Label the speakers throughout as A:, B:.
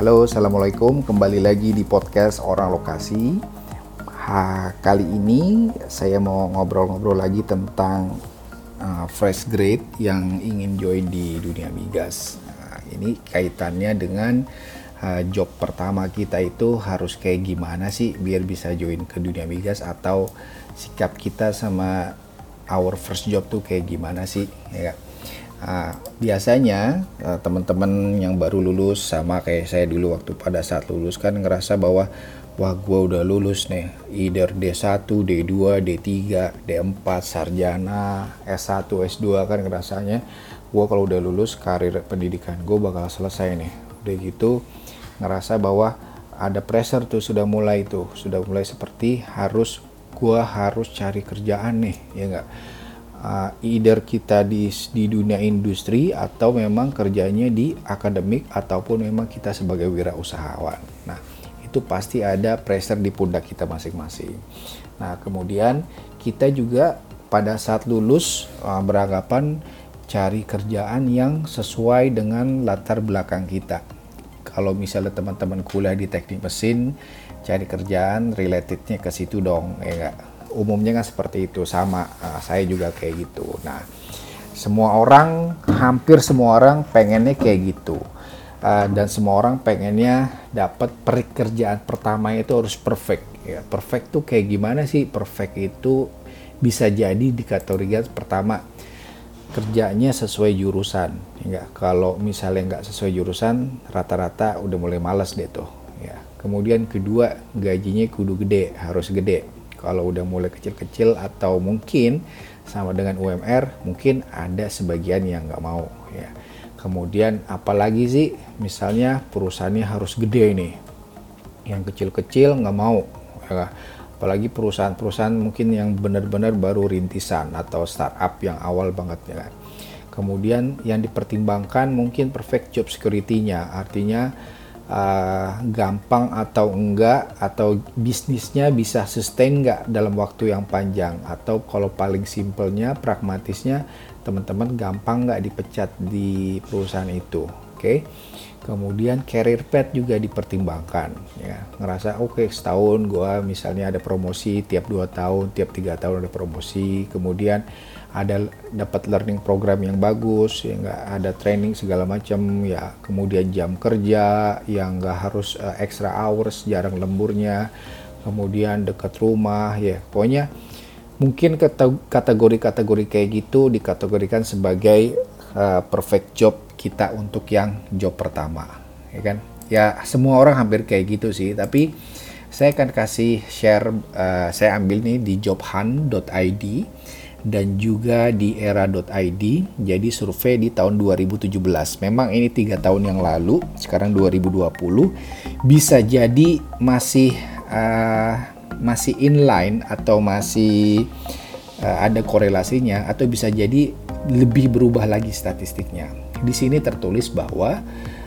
A: Halo, Assalamualaikum. Kembali lagi di podcast Orang Lokasi. Kali ini saya mau ngobrol-ngobrol lagi tentang fresh grade yang ingin join di dunia migas. Ini kaitannya dengan job pertama kita itu harus kayak gimana sih biar bisa join ke dunia migas, atau sikap kita sama our first job tuh kayak gimana sih, ya. Biasanya teman-teman yang baru lulus sama kayak saya dulu waktu pada saat lulus kan ngerasa bahwa wah, gue udah lulus nih, either D1, D2, D3, D4, sarjana, S1, S2, kan ngerasanya gue kalau udah lulus karir pendidikan gue bakal selesai nih. Udah gitu ngerasa bahwa ada pressure tuh, sudah mulai seperti gue harus cari kerjaan nih, ya enggak? Either kita di dunia industri atau memang kerjanya di akademik ataupun memang kita sebagai wirausahawan. Nah, itu pasti ada pressure di pundak kita masing-masing. Nah, kemudian kita juga pada saat lulus beranggapan cari kerjaan yang sesuai dengan latar belakang kita. Kalau misalnya teman-teman kuliah di teknik mesin, cari kerjaan relatednya ke situ dong, ya enggak? Umumnya kan seperti itu, sama saya juga kayak gitu. Nah, hampir semua orang pengennya kayak gitu, dan semua orang pengennya dapat pekerjaan pertama itu harus perfect. Ya, perfect tuh kayak gimana sih? Perfect itu bisa jadi dikategorikan pertama kerjanya sesuai jurusan. Ya, kalau misalnya nggak sesuai jurusan, rata-rata udah mulai malas deh tuh. Ya. Kemudian kedua, gajinya kudu gede, harus gede. Kalau udah mulai kecil-kecil atau mungkin sama dengan UMR, mungkin ada sebagian yang nggak mau, ya. Kemudian apalagi sih, misalnya perusahaannya harus gede nih, yang kecil-kecil nggak mau, ya. Apalagi perusahaan-perusahaan mungkin yang benar-benar baru rintisan atau startup yang awal banget, ya. Kemudian yang dipertimbangkan mungkin perfect job security-nya, artinya gampang atau enggak, atau bisnisnya bisa sustain enggak dalam waktu yang panjang, atau kalau paling simpelnya, pragmatisnya, teman-teman gampang enggak dipecat di perusahaan itu. Oke. Kemudian career path juga dipertimbangkan, ya. Ngerasa oke, setahun gua misalnya ada promosi, tiap 2 tahun, tiap 3 tahun ada promosi, kemudian ada dapat learning program yang bagus, ya, nggak ada training segala macam, ya. Kemudian jam kerja yang nggak harus extra hours, jarang lemburnya, kemudian dekat rumah, ya. Pokoknya mungkin kategori-kategori kayak gitu dikategorikan sebagai perfect job kita untuk yang job pertama, ya kan? Ya, semua orang hampir kayak gitu sih, tapi saya akan kasih share, saya ambil nih di jobhunt.id dan juga di era.id. Jadi survei di tahun 2017. Memang ini 3 tahun yang lalu, sekarang 2020. Bisa jadi masih inline atau masih ada korelasinya, atau bisa jadi lebih berubah lagi statistiknya. Di sini tertulis bahwa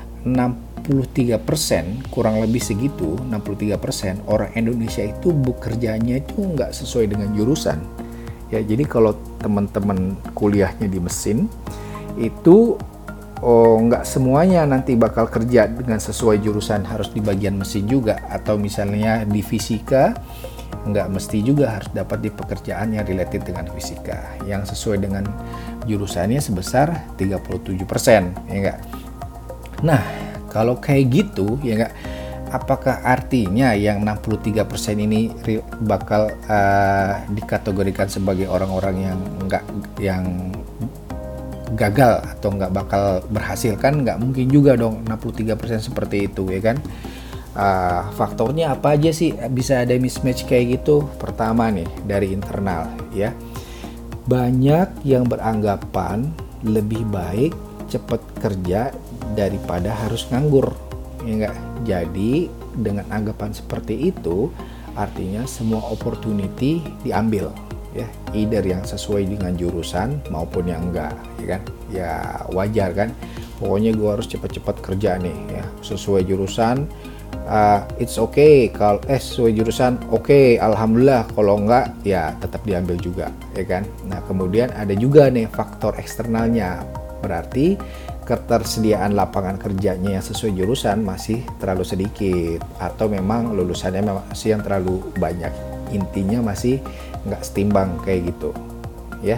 A: 63%, kurang lebih segitu, 63% orang Indonesia itu bekerjanya itu nggak sesuai dengan jurusan. Ya, jadi kalau teman-teman kuliahnya di mesin itu nggak semuanya nanti bakal kerja dengan sesuai jurusan, harus di bagian mesin juga, atau misalnya di fisika nggak mesti juga harus dapat di pekerjaan yang related dengan fisika yang sesuai dengan jurusannya sebesar 37%, ya enggak? Nah, kalau kayak gitu, ya enggak, apakah artinya yang 63% ini bakal dikategorikan sebagai orang-orang yang gagal atau nggak bakal berhasil? Kan nggak mungkin juga dong 63% seperti itu, ya kan? Faktornya apa aja sih bisa ada mismatch kayak gitu? Pertama nih, dari internal, ya. Banyak yang beranggapan lebih baik cepat kerja daripada harus nganggur, ya enggak? Jadi dengan anggapan seperti itu, artinya semua opportunity diambil, ya, either yang sesuai dengan jurusan maupun yang enggak, ya kan? Ya wajar kan? Pokoknya gue harus cepat-cepat kerja nih, ya, sesuai jurusan. It's okay kalau sesuai jurusan, oke, alhamdulillah. Kalau enggak, ya tetap diambil juga, ya kan? Nah, kemudian ada juga nih faktor eksternalnya. Berarti ketersediaan lapangan kerjanya yang sesuai jurusan masih terlalu sedikit, atau memang lulusannya masih yang terlalu banyak. Intinya masih nggak setimbang kayak gitu ya.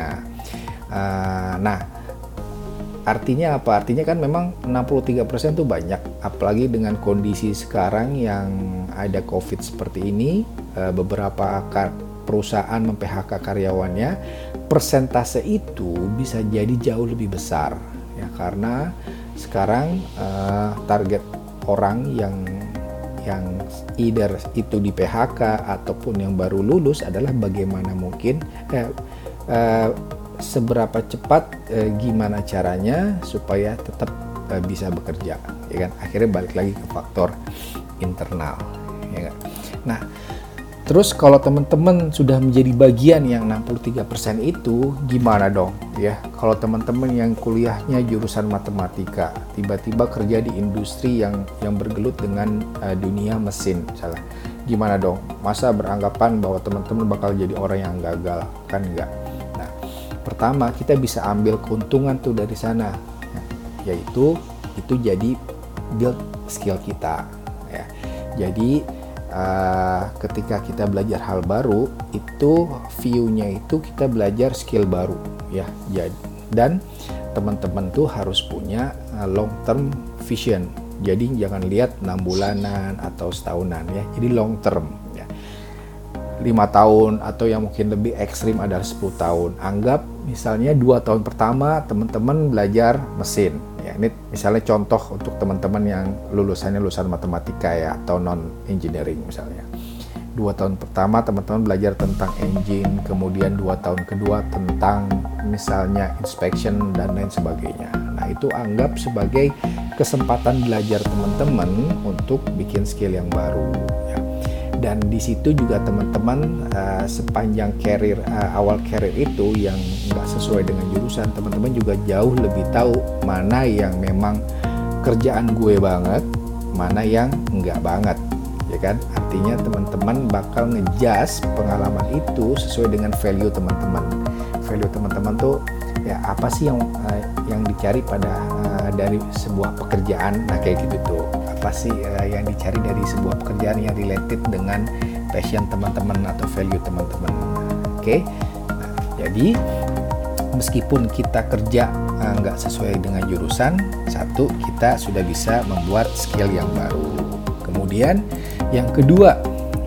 A: Nah, artinya apa? Artinya kan memang 63% tuh banyak, apalagi dengan kondisi sekarang yang ada COVID seperti ini. Beberapa perusahaan mem-PHK karyawannya, persentase itu bisa jadi jauh lebih besar ya, karena sekarang target orang yang either itu di PHK ataupun yang baru lulus adalah bagaimana mungkin seberapa cepat gimana caranya supaya tetap bisa bekerja, ya kan. Akhirnya balik lagi ke faktor internal, ya kan. Nah, terus kalau teman-teman sudah menjadi bagian yang 63% itu, gimana dong ya? Kalau teman-teman yang kuliahnya jurusan matematika, tiba-tiba kerja di industri yang bergelut dengan dunia mesin misalnya, gimana dong? Masa beranggapan bahwa teman-teman bakal jadi orang yang gagal? Kan enggak. Nah, pertama kita bisa ambil keuntungan tuh dari sana, yaitu itu jadi build skill kita ya. Jadi ketika kita belajar hal baru, itu view-nya itu kita belajar skill baru ya. Dan teman-teman tuh harus punya long term vision. Jadi jangan lihat 6 bulanan atau setahunan ya. Jadi long term ya. 5 tahun atau yang mungkin lebih ekstrim adalah 10 tahun. Anggap misalnya 2 tahun pertama teman-teman belajar mesin. Ya, ini misalnya contoh untuk teman-teman yang lulusan matematika ya, atau non engineering misalnya. 2 tahun pertama teman-teman belajar tentang engine, kemudian 2 tahun kedua tentang misalnya inspection dan lain sebagainya. Nah, itu anggap sebagai kesempatan belajar teman-teman untuk bikin skill yang baru ya. Dan di situ juga teman-teman sepanjang awal karir itu yang nggak sesuai dengan jurusan, teman-teman juga jauh lebih tahu mana yang memang kerjaan gue banget, mana yang enggak banget, ya kan? Artinya teman-teman bakal ngejudge pengalaman itu sesuai dengan value teman-teman. Value teman-teman tuh ya apa sih yang dicari dari sebuah pekerjaan? Nah, kayak gitu tuh. Apa sih yang dicari dari sebuah pekerjaan yang related dengan passion teman-teman atau value teman-teman. Oke. Nah, jadi meskipun kita kerja nggak sesuai dengan jurusan, satu, kita sudah bisa membuat skill yang baru. Kemudian yang kedua,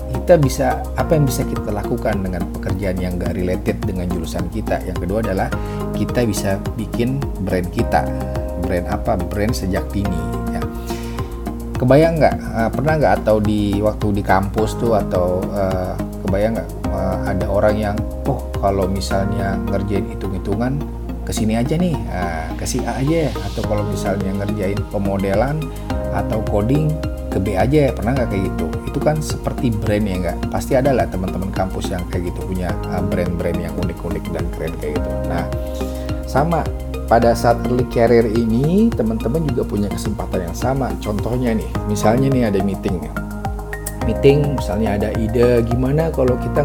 A: apa yang bisa kita lakukan dengan pekerjaan yang nggak related dengan jurusan kita. Yang kedua adalah kita bisa bikin brand kita. Brand apa? Brand sejak dini ya. Kebayang nggak, pernah nggak atau waktu di kampus tuh, atau kebayang nggak ada orang yang kalau misalnya ngerjain hitung-hitungan kesini aja nih, ke si A aja ya, atau kalau misalnya ngerjain pemodelan atau coding ke B aja ya, pernah nggak kayak gitu? Itu kan seperti brand ya nggak? Pasti ada lah teman-teman kampus yang kayak gitu, punya brand-brand yang unik-unik dan keren kayak gitu. Nah, sama pada saat early career ini, teman-teman juga punya kesempatan yang sama. Contohnya nih, misalnya nih ada meeting, misalnya ada ide gimana kalau kita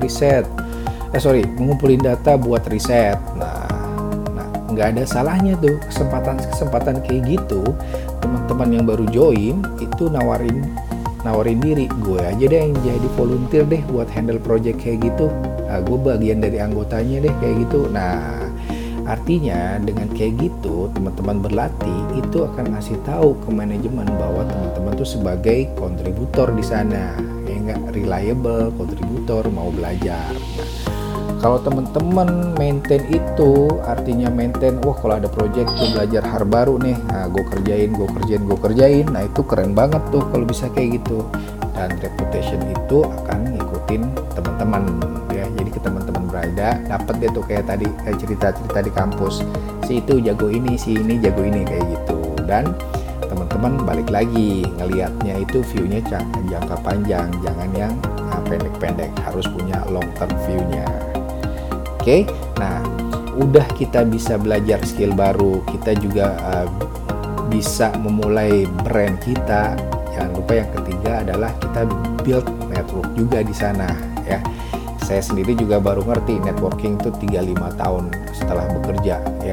A: ngumpulin data buat riset. Nah, nggak ada salahnya tuh kesempatan kayak gitu. Teman-teman yang baru join itu nawarin diri, gue aja deh yang jadi volunteer deh buat handle project kayak gitu. Gue bagian dari anggotanya deh kayak gitu. Nah, artinya dengan kayak gitu teman-teman berlatih itu akan ngasih tahu ke manajemen bahwa teman-teman tuh sebagai kontributor di sana, ya nggak, reliable kontributor, mau belajar. Nah, kalau teman-teman maintain itu, artinya maintain, kalau ada project tuh belajar hal baru nih, gue kerjain, nah itu keren banget tuh kalau bisa kayak gitu. Dan reputation itu akan ngikutin teman-teman ya. Jadi ke teman-teman berada dapat deh tuh kayak tadi cerita-cerita di kampus, si itu jago ini, si ini jago ini kayak gitu. Dan teman-teman balik lagi ngelihatnya itu view-nya jangka panjang, jangan yang pendek-pendek, harus punya long term view-nya. Oke. Nah, udah kita bisa belajar skill baru, kita juga bisa memulai brand kita. Jangan lupa yang ketiga adalah kita build network juga di sana ya. Saya sendiri juga baru ngerti networking itu 3-5 tahun setelah bekerja ya.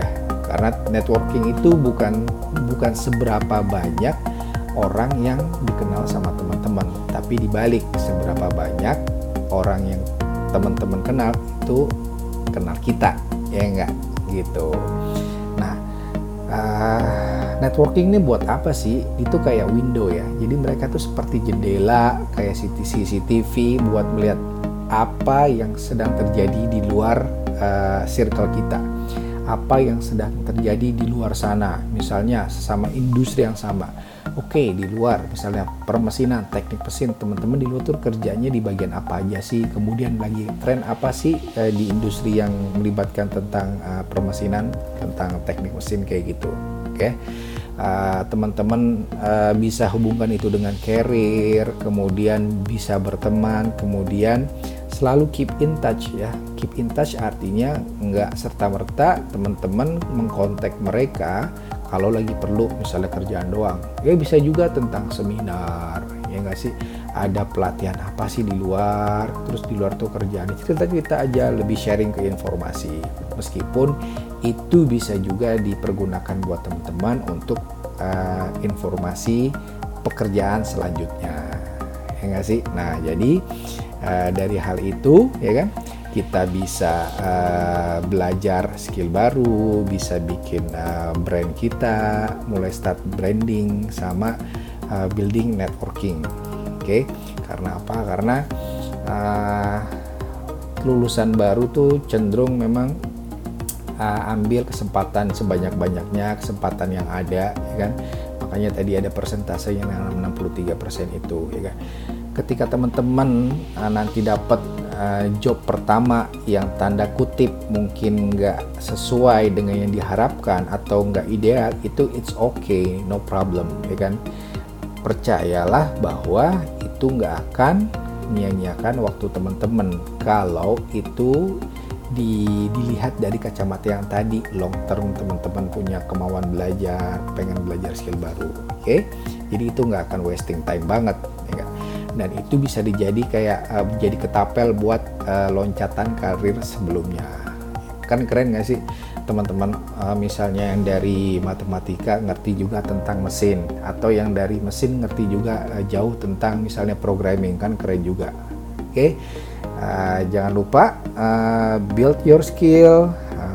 A: Karena networking itu bukan seberapa banyak orang yang dikenal sama teman-teman, tapi dibalik seberapa banyak orang yang teman-teman kenal itu kenal kita, ya enggak gitu. Nah, networking ini buat apa sih? Itu kayak window ya. Jadi mereka tuh seperti jendela, kayak CCTV buat melihat apa yang sedang terjadi di luar circle kita. Apa yang sedang terjadi di luar sana. Misalnya sesama industri yang sama. Oke, di luar misalnya permesinan, teknik mesin, teman-teman di luar tuh kerjanya di bagian apa aja sih? Kemudian lagi tren apa sih di industri yang melibatkan tentang permesinan, tentang teknik mesin kayak gitu. Oke. Teman-teman bisa hubungkan itu dengan karir, kemudian bisa berteman, kemudian selalu keep in touch ya. Keep in touch artinya nggak serta-merta teman-teman mengkontak mereka kalau lagi perlu misalnya kerjaan doang. Ya bisa juga tentang seminar, ya nggak sih? Ada pelatihan apa sih di luar, terus di luar tuh kerjaan. Cerita-cerita aja, lebih sharing ke informasi. Meskipun itu bisa juga dipergunakan buat teman-teman untuk informasi pekerjaan selanjutnya. Ya nggak sih? Nah, jadi dari hal itu, ya kan? Kita bisa belajar skill baru, bisa bikin brand kita, mulai start branding sama building networking. Oke, karena apa? Karena lulusan baru tuh cenderung memang ambil kesempatan sebanyak-banyaknya, kesempatan yang ada, ya kan? Makanya tadi ada persentase yang 63% itu, ya kan? Ketika teman-teman nanti dapat job pertama yang tanda kutip mungkin nggak sesuai dengan yang diharapkan atau nggak ideal, itu it's okay, no problem, ya kan? Percayalah bahwa itu nggak akan menyia-nyiakan waktu teman-teman kalau itu dilihat dari kacamata yang tadi, long term teman-teman punya kemauan belajar, pengen belajar skill baru, oke? Jadi itu nggak akan wasting time banget, ya kan? Dan itu bisa jadi kayak jadi ketapel buat loncatan karir sebelumnya. Kan keren nggak sih teman-teman? Misalnya yang dari matematika ngerti juga tentang mesin, atau yang dari mesin ngerti juga jauh tentang misalnya programming, kan keren juga. Oke, jangan lupa build your skill,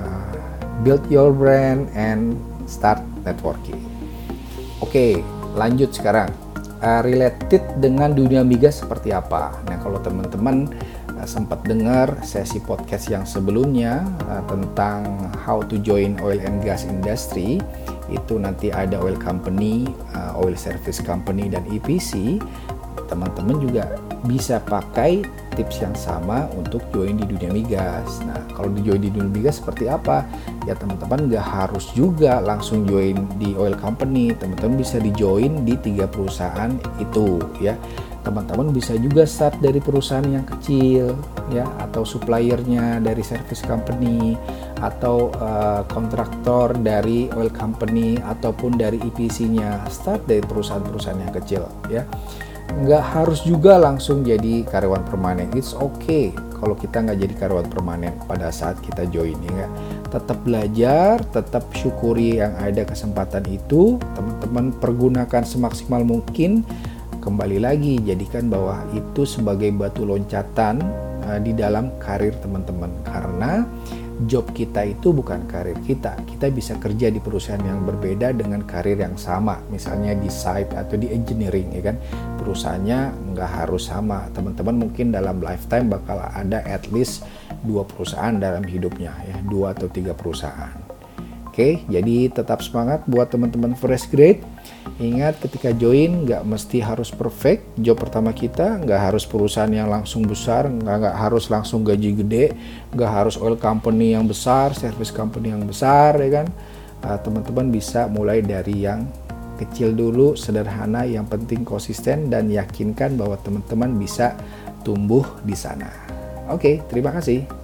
A: build your brand, and start networking. Oke, lanjut sekarang. Related dengan dunia migas seperti apa? Nah, kalau teman-teman sempat dengar sesi podcast yang sebelumnya tentang how to join oil and gas industry, itu nanti ada oil company, oil service company, dan EPC. Teman-teman juga bisa pakai tips yang sama untuk join di dunia migas. Nah, kalau di join di dunia migas seperti apa? Ya teman-teman nggak harus juga langsung join di oil company. Teman-teman bisa di join di 3 perusahaan itu, ya. Teman-teman bisa juga start dari perusahaan yang kecil, ya, atau suppliernya dari service company, atau kontraktor dari oil company, ataupun dari EPC-nya. Start dari perusahaan-perusahaan yang kecil, ya. Nggak harus juga langsung jadi karyawan permanen. It's okay kalau kita nggak jadi karyawan permanen pada saat kita join, ya. Tetap belajar, tetap syukuri yang ada kesempatan itu. Teman-teman pergunakan semaksimal mungkin. Kembali lagi, jadikan bahwa itu sebagai batu loncatan di dalam karir teman-teman. Karena job kita itu bukan karir kita. Kita bisa kerja di perusahaan yang berbeda dengan karir yang sama. Misalnya di site atau di engineering, ya kan. Perusahaannya nggak harus sama. Teman-teman mungkin dalam lifetime bakal ada at least 2 perusahaan dalam hidupnya, ya, 2 atau 3 perusahaan. Oke, jadi tetap semangat buat teman-teman fresh grade. Ingat, ketika join nggak mesti harus perfect. Job pertama kita nggak harus perusahaan yang langsung besar, nggak harus langsung gaji gede, nggak harus oil company yang besar, service company yang besar, ya kan. Teman-teman bisa mulai dari yang kecil dulu, sederhana, yang penting konsisten, dan yakinkan bahwa teman-teman bisa tumbuh di sana. Oke, terima kasih.